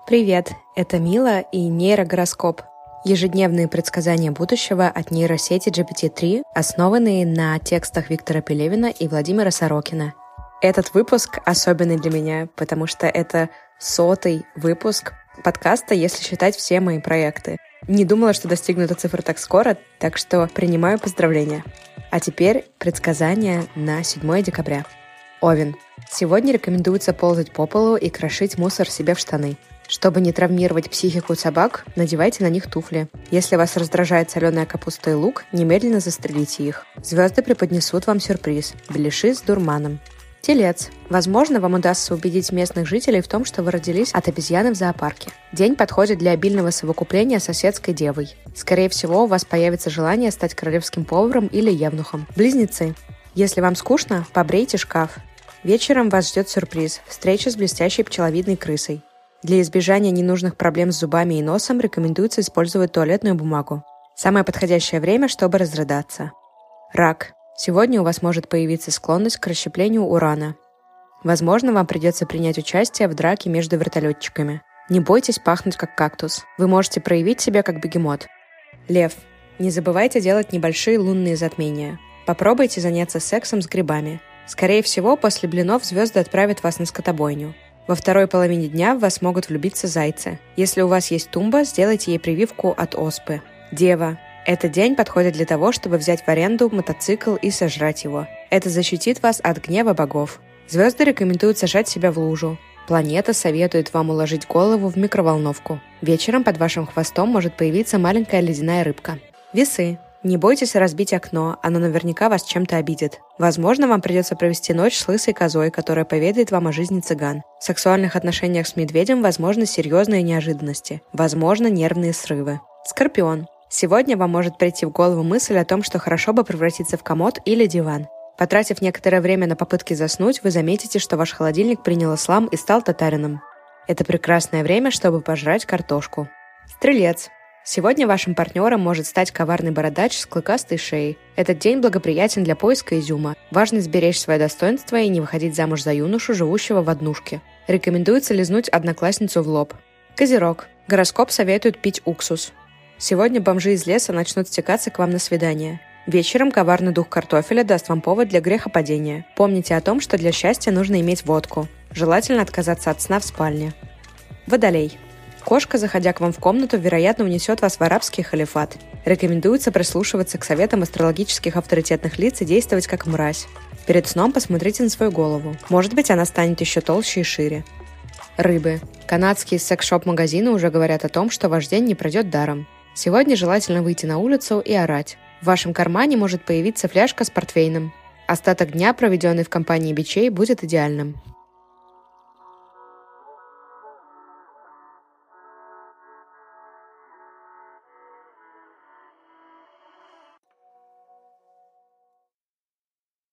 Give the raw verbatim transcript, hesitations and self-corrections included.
Привет, это Мила и нейрогороскоп. Ежедневные предсказания будущего от нейросети джи пи ти три, основанные на текстах Виктора Пелевина и Владимира Сорокина. Этот выпуск особенный для меня, потому что это сотый выпуск подкаста, если считать все мои проекты. Не думала, что достигну этой цифры так скоро, так что принимаю поздравления. А теперь предсказания на седьмое декабря. Овен. Сегодня рекомендуется ползать по полу и крошить мусор себе в штаны. Чтобы не травмировать психику собак, надевайте на них туфли. Если вас раздражает соленая капуста и лук, немедленно застрелите их. Звезды преподнесут вам сюрприз – беляши с дурманом. Телец. Возможно, вам удастся убедить местных жителей в том, что вы родились от обезьяны в зоопарке. День подходит для обильного совокупления с соседской девой. Скорее всего, у вас появится желание стать королевским поваром или евнухом. Близнецы. Если вам скучно, побрейте шкаф. Вечером вас ждет сюрприз – встреча с блестящей пчеловидной крысой. Для избежания ненужных проблем с зубами и носом рекомендуется использовать туалетную бумагу. Самое подходящее время, чтобы разрыдаться. Рак. Сегодня у вас может появиться склонность к расщеплению урана. Возможно, вам придется принять участие в драке между вертолетчиками. Не бойтесь пахнуть как кактус. Вы можете проявить себя как бегемот. Лев. Не забывайте делать небольшие лунные затмения. Попробуйте заняться сексом с грибами. Скорее всего, после блинов звезды отправят вас на скотобойню. Во второй половине дня в вас могут влюбиться зайцы. Если у вас есть тумба, сделайте ей прививку от оспы. Дева. Этот день подходит для того, чтобы взять в аренду мотоцикл и сожрать его. Это защитит вас от гнева богов. Звезды рекомендуют сажать себя в лужу. Планета советует вам уложить голову в микроволновку. Вечером под вашим хвостом может появиться маленькая ледяная рыбка. Весы. Не бойтесь разбить окно, оно наверняка вас чем-то обидит. Возможно, вам придется провести ночь с лысой козой, которая поведает вам о жизни цыган. В сексуальных отношениях с медведем возможны серьезные неожиданности. Возможно, нервные срывы. Скорпион. Сегодня вам может прийти в голову мысль о том, что хорошо бы превратиться в комод или диван. Потратив некоторое время на попытки заснуть, вы заметите, что ваш холодильник принял ислам и стал татарином. Это прекрасное время, чтобы пожрать картошку. Стрелец. Сегодня вашим партнером может стать коварный бородач с клыкастой шеей. Этот день благоприятен для поиска изюма. Важно сберечь свое достоинство и не выходить замуж за юношу, живущего в однушке. Рекомендуется лизнуть одноклассницу в лоб. Козерог. Гороскоп советует пить уксус. Сегодня бомжи из леса начнут стекаться к вам на свидание. Вечером коварный дух картофеля даст вам повод для грехопадения. Помните о том, что для счастья нужно иметь водку. Желательно отказаться от сна в спальне. Водолей. Кошка, заходя к вам в комнату, вероятно, унесет вас в арабский халифат. Рекомендуется прислушиваться к советам астрологических авторитетных лиц и действовать как мразь. Перед сном посмотрите на свою голову. Может быть, она станет еще толще и шире. Рыбы. Канадские секс-шоп-магазины уже говорят о том, что ваш день не пройдет даром. Сегодня желательно выйти на улицу и орать. В вашем кармане может появиться фляжка с портвейном. Остаток дня, проведенный в компании бичей, будет идеальным.